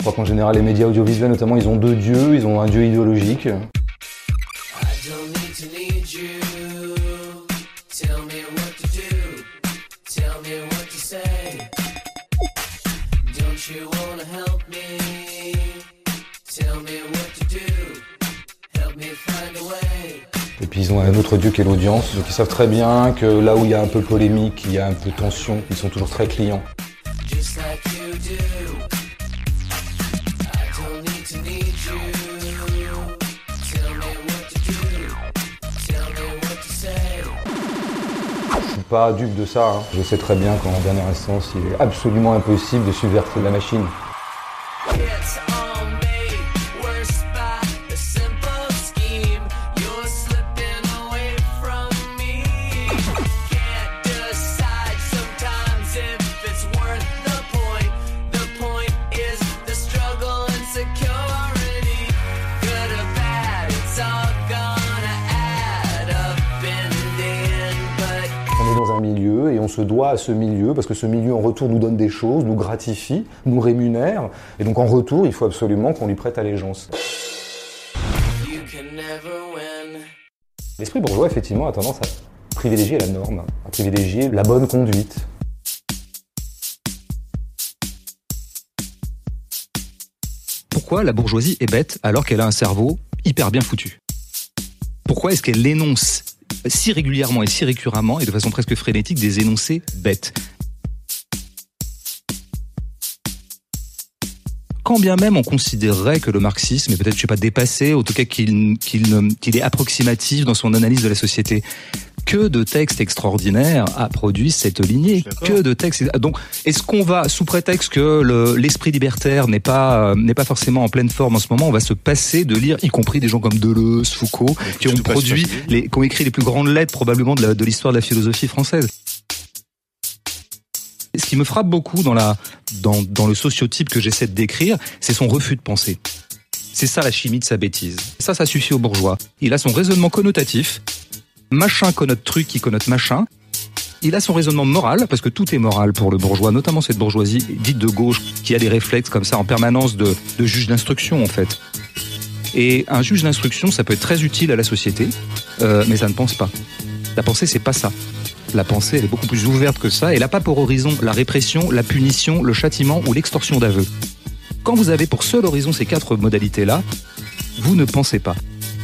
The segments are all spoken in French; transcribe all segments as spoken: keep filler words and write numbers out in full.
Je crois qu'en général, les médias audiovisuels, notamment, ils ont deux dieux. Ils ont un dieu idéologique. Et puis ils ont un autre dieu qui est l'audience. Donc ils savent très bien que là où il y a un peu polémique, il y a un peu tension, ils sont toujours très clients. Je suis pas dupe de ça, hein. Je sais très bien qu'en dernière instance, il est absolument impossible de subvertir la machine. On est dans un milieu et on se doit à ce milieu parce que ce milieu en retour nous donne des choses, nous gratifie, nous rémunère et donc en retour il faut absolument qu'on lui prête allégeance. L'esprit bourgeois effectivement a tendance à privilégier la norme, à privilégier la bonne conduite. Pourquoi la bourgeoisie est bête alors qu'elle a un cerveau hyper bien foutu ? Pourquoi est-ce qu'elle énonce si régulièrement et si récurremment et de façon presque frénétique des énoncés bêtes ? Quand bien même on considérerait que le marxisme est peut-être, je sais pas, dépassé, en tout cas qu'il, qu'il, qu'il est approximatif dans son analyse de la société. Que de textes extraordinaires a produit cette lignée. Que de textes. Donc, est-ce qu'on va, sous prétexte que le, l'esprit libertaire n'est pas, n'est pas forcément en pleine forme en ce moment, on va se passer de lire, y compris des gens comme Deleuze, Foucault, qui ont produit, les, qui ont écrit les plus grandes lettres probablement de, la, de l'histoire de la philosophie française. Ce qui me frappe beaucoup dans la, dans, dans le sociotype que j'essaie de décrire, c'est son refus de penser. C'est ça la chimie de sa bêtise. Ça, ça suffit au bourgeois. Il a son raisonnement connotatif. Machin connote truc qui connote machin. Il a son raisonnement moral, parce que tout est moral pour le bourgeois, notamment cette bourgeoisie dite de gauche, qui a des réflexes comme ça en permanence de, de juge d'instruction en fait. Et un juge d'instruction, ça peut être très utile à la société, euh, mais ça ne pense pas. La pensée, c'est pas ça. La pensée, elle est beaucoup plus ouverte que ça. Elle n'a pas pour horizon la répression, la punition, le châtiment ou l'extorsion d'aveu. Quand vous avez pour seul horizon ces quatre modalités-là, vous ne pensez pas.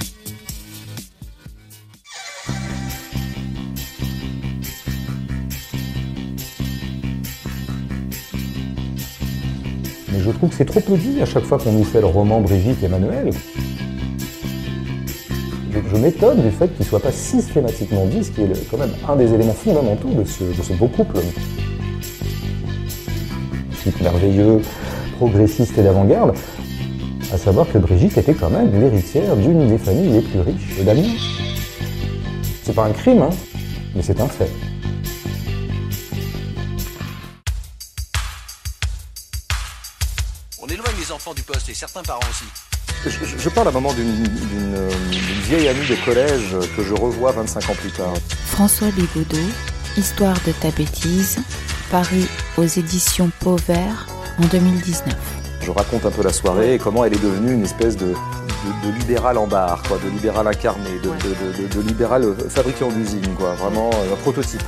Mais je trouve que c'est trop peu dit à chaque fois qu'on nous fait le roman Brigitte et Manuel. Je, je m'étonne du fait qu'il ne soit pas systématiquement dit, ce qui est le, quand même un des éléments fondamentaux de ce, de ce beau couple. Type merveilleux, progressiste et d'avant-garde, à savoir que Brigitte était quand même l'héritière d'une des familles les plus riches d'Amiens. C'est pas un crime, hein, mais c'est un fait. On éloigne les enfants du poste et certains parents aussi. Je, je, je parle à un moment d'une, d'une, d'une vieille amie de collège que je revois vingt-cinq ans plus tard. François Bégodeau, Histoire de ta bêtise, paru aux éditions Pauvert en deux mille dix-neuf. Je raconte un peu la soirée et comment elle est devenue une espèce de, de, de libéral en bar, quoi, de libéral incarné, de, de, de, de, de libéral fabriqué en usine, quoi, vraiment un prototype.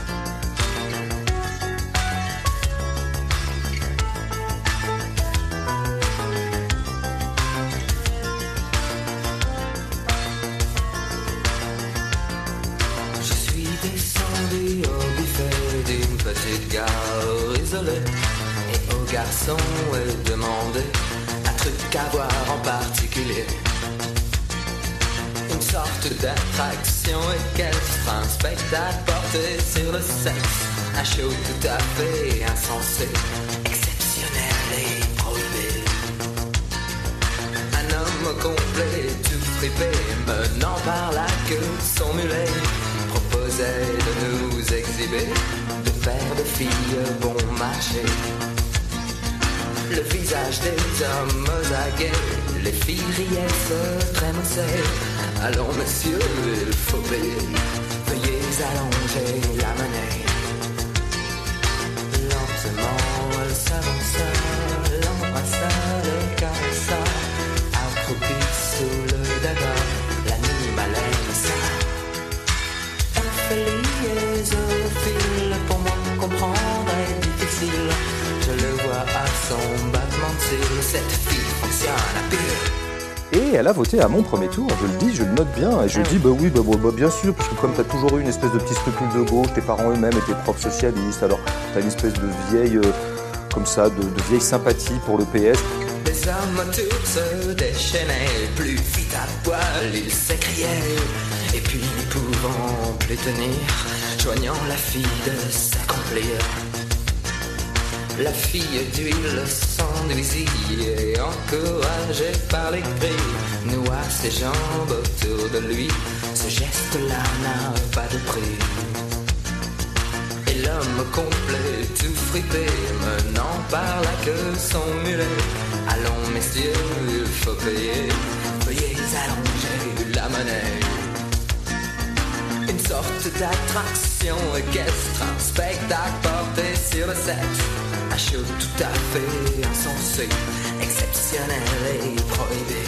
Garçon et demander un truc à voir en particulier. Une sorte d'attraction équestre, un spectacle porté sur le sexe. Un show tout à fait insensé, exceptionnel et prohibé. Un homme complet, tout fripé, menant par la queue son mulet, proposait de nous exhiber de paires de filles bon marché. Le visage des hommes aguets, les filles riaient, se trémoussaient. Allons monsieur, il faut payer, veuillez allonger la monnaie. Lentement, elle s'avança, l'embrassa le cœur. son battement de cils. Cette fille fonctionne à pile. Et elle a voté à mon premier tour, je le dis, je le note bien, et je dis bah oui, bah, bah, bah bien sûr, parce que comme t'as toujours eu une espèce de petit scrupule de gauche, tes parents eux-mêmes étaient profs socialistes, alors t'as une espèce de vieille, euh, comme ça, de, de vieille sympathie pour le P S. Les hommes autour se déchaînaient, plus vite à poil ils s'écriaient, et puis n'y pouvant plus tenir, joignant la fille de s'accomplir. La fille d'huile s'enduisit et encouragée par les cris, noua ses jambes autour de lui, ce geste-là n'a pas de prix. Et l'homme complet, tout fripé, menant par la queue son mulet. Allons messieurs, il faut payer, veuillez allonger la monnaie. Une sorte d'attraction équestre, un spectacle porté sur le set. Un show tout à fait insensé, exceptionnel et prohibé.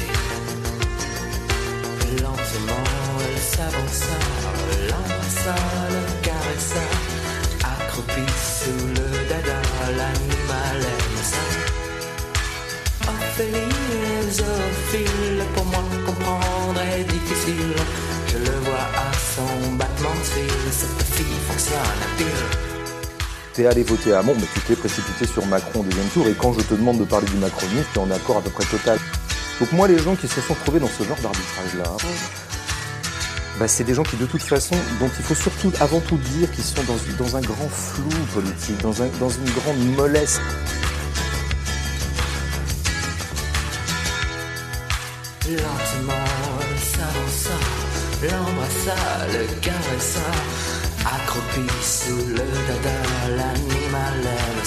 Lentement, elle s'avança, l'embrassa, le caressa. Accroupie sous le dada, l'animal aime ça. Ophélie et zoophile, pour moi comprendre est difficile. Je le vois à son battement de cils, cette fille fonctionne à pile. T'es allé voter à Hamon, mais tu t'es précipité sur Macron au deuxième tour, et quand je te demande de parler du macronisme, t'es en accord à peu près total. Donc moi, les gens qui se sont trouvés dans ce genre d'arbitrage-là, bah, c'est des gens qui, de toute façon, dont il faut surtout, avant tout dire qu'ils sont dans, dans un grand flou politique, dans, un, dans une grande mollesse. Lentement, elle s'avança, l'embrassa, le caressa. Accroupi sous le dada, l'animal aime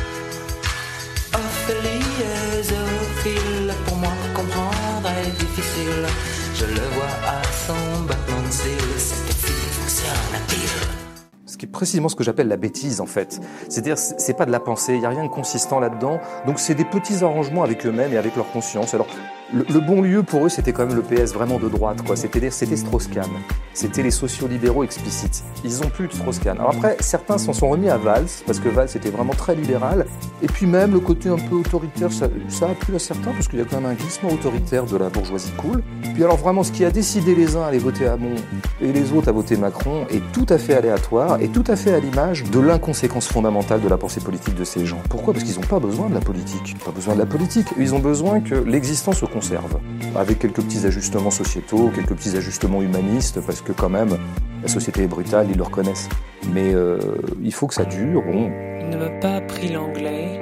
ça. Ophélie et zoophile, pour moi comprendre est difficile. Je le vois à son battement de cils, cette fille fonctionne à pile. Ce qui est précisément ce que j'appelle la bêtise en fait. C'est-à-dire, c'est pas de la pensée, il n'y a rien de consistant là-dedans. Donc c'est des petits arrangements avec eux-mêmes et avec leur conscience. Alors, le, le bon lieu pour eux, c'était quand même le P S vraiment de droite, quoi. C'était, c'était Strauss-Kahn. C'était les sociolibéraux explicites. Ils ont plus de Strauss-Kahn. Alors après, certains s'en sont remis à Valls, parce que Valls était vraiment très libéral. Et puis même, le côté un peu autoritaire, ça, ça a plu à certains, parce qu'il y a quand même un glissement autoritaire de la bourgeoisie cool. Puis alors vraiment, ce qui a décidé les uns à aller voter Hamon et les autres à voter Macron est tout à fait aléatoire et tout à fait à l'image de l'inconséquence fondamentale de la pensée politique de ces gens. Pourquoi ? Parce qu'ils n'ont pas besoin de la politique. Pas besoin de la politique. Ils ont besoin que l'existence se conserve, avec quelques petits ajustements sociétaux, quelques petits ajustements humanistes, parce que quand même, la société est brutale, ils le reconnaissent. Mais euh, il faut que ça dure. Bon. Il ne m'a pas appris l'anglais,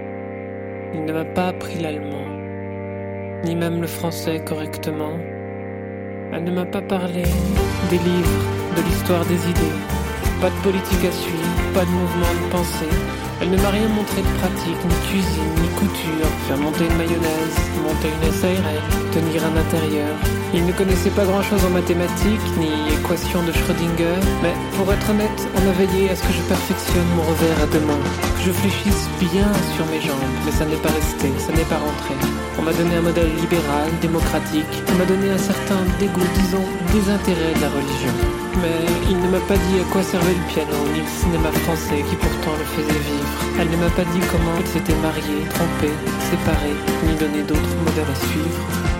il ne m'a pas appris l'allemand, ni même le français correctement. Elle ne m'a pas parlé des livres, de l'histoire des idées. Pas de politique à suivre, pas de mouvement de pensée. Elle ne m'a rien montré de pratique, ni cuisine, ni couture. Faire monter une mayonnaise, monter une S A R L, tenir un intérieur. Il ne connaissait pas grand-chose en mathématiques, ni équations de Schrödinger. Mais pour être honnête, on a veillé à ce que je perfectionne mon revers à deux mains. Que je fléchisse bien sur mes jambes, mais ça n'est pas resté, ça n'est pas rentré. On m'a donné un modèle libéral, démocratique. On m'a donné un certain dégoût, disons, désintérêt de la religion. Mais il ne m'a pas dit à quoi servait le piano, ni le cinéma français qui pourtant le faisait vivre. Elle ne m'a pas dit comment il s'était marié, trompé, séparé, ni donné d'autres modèles à suivre.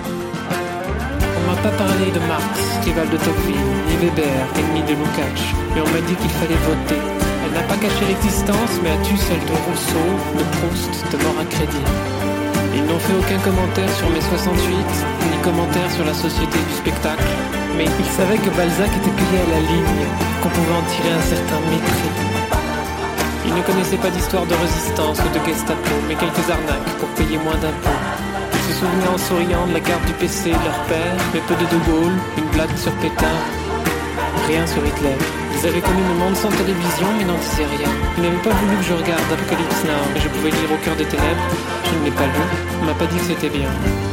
On m'a pas parlé de Marx, rival de Tocqueville, ni Weber, ennemi de Lukács. Mais on m'a dit qu'il fallait voter. Elle n'a pas caché l'existence, mais a tu celle de Rousseau, de Proust, de mort à crédit. Ils n'ont fait aucun commentaire sur mai soixante-huit, ni commentaire sur la société du spectacle. Mais ils savaient que Balzac était payé à la ligne, qu'on pouvait en tirer un certain mépris. Ils ne connaissaient pas d'histoire de résistance ou de Gestapo, mais quelques arnaques pour payer moins d'impôts. Ils se souvenaient en souriant de la carte du P C de leur père, mais peu de De Gaulle, une blague sur Pétain, rien sur Hitler. Ils avaient connu le monde sans télévision, mais n'en disaient rien. Ils n'avaient pas voulu que je regarde Apocalypse Now, et je pouvais lire Au cœur des ténèbres. Je ne l'ai pas lu, on m'a pas dit que c'était bien.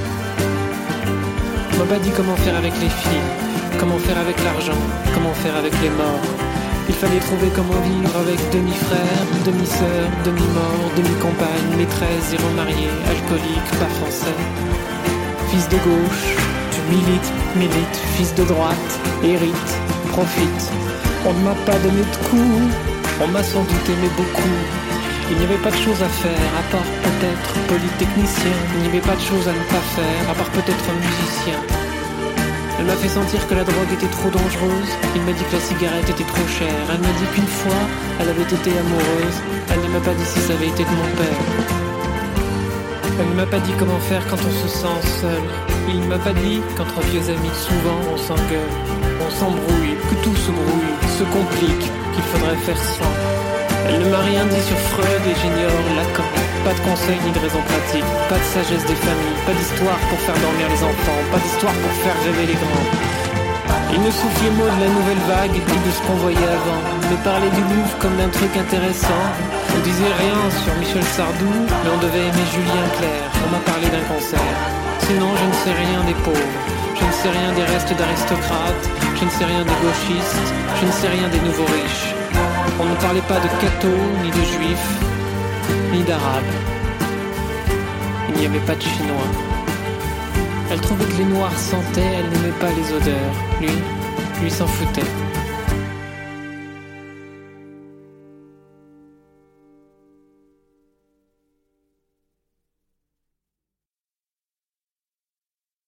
On m'a pas dit comment faire avec les filles, comment faire avec l'argent, comment faire avec les morts. Il fallait trouver comment vivre avec demi-frère, demi-sœur, demi-mort, demi-compagne, maîtresse, zéro marié, alcoolique, pas français. Fils de gauche, tu milites, milite, fils de droite, hérite, profite. On ne m'a pas donné de coups, on m'a sans doute aimé beaucoup. Il n'y avait pas de choses à faire, à part peut-être polytechnicien. Il n'y avait pas de choses à ne pas faire, à part peut-être musicien. Elle m'a fait sentir que la drogue était trop dangereuse. Il m'a dit que la cigarette était trop chère. Elle m'a dit qu'une fois, elle avait été amoureuse. Elle ne m'a pas dit si ça avait été de mon père. Elle ne m'a pas dit comment faire quand on se sent seul. Il ne m'a pas dit qu'entre vieux amis, souvent on s'engueule, on s'embrouille, que tout se brouille, se complique, qu'il faudrait faire sans. Elle ne m'a rien dit sur Freud et j'ignore Lacan. Pas de conseils ni de raisons pratiques, pas de sagesse des familles, pas d'histoire pour faire dormir les enfants, pas d'histoire pour faire rêver les grands. Il ne soufflait mot de la nouvelle vague ni de ce qu'on voyait avant, me parlait du Louvre comme d'un truc intéressant. On disait rien sur Michel Sardou, mais on devait aimer Julien Clerc. On m'a parlé d'un concert. Sinon je ne sais rien des pauvres, je ne sais rien des restes d'aristocrates, je ne sais rien des gauchistes, je ne sais rien des nouveaux riches. On ne parlait pas de cathos, ni de juifs, ni d'arabes. Il n'y avait pas de chinois. Elle trouvait que les noirs sentaient, elle n'aimait pas les odeurs. Lui, lui s'en foutait.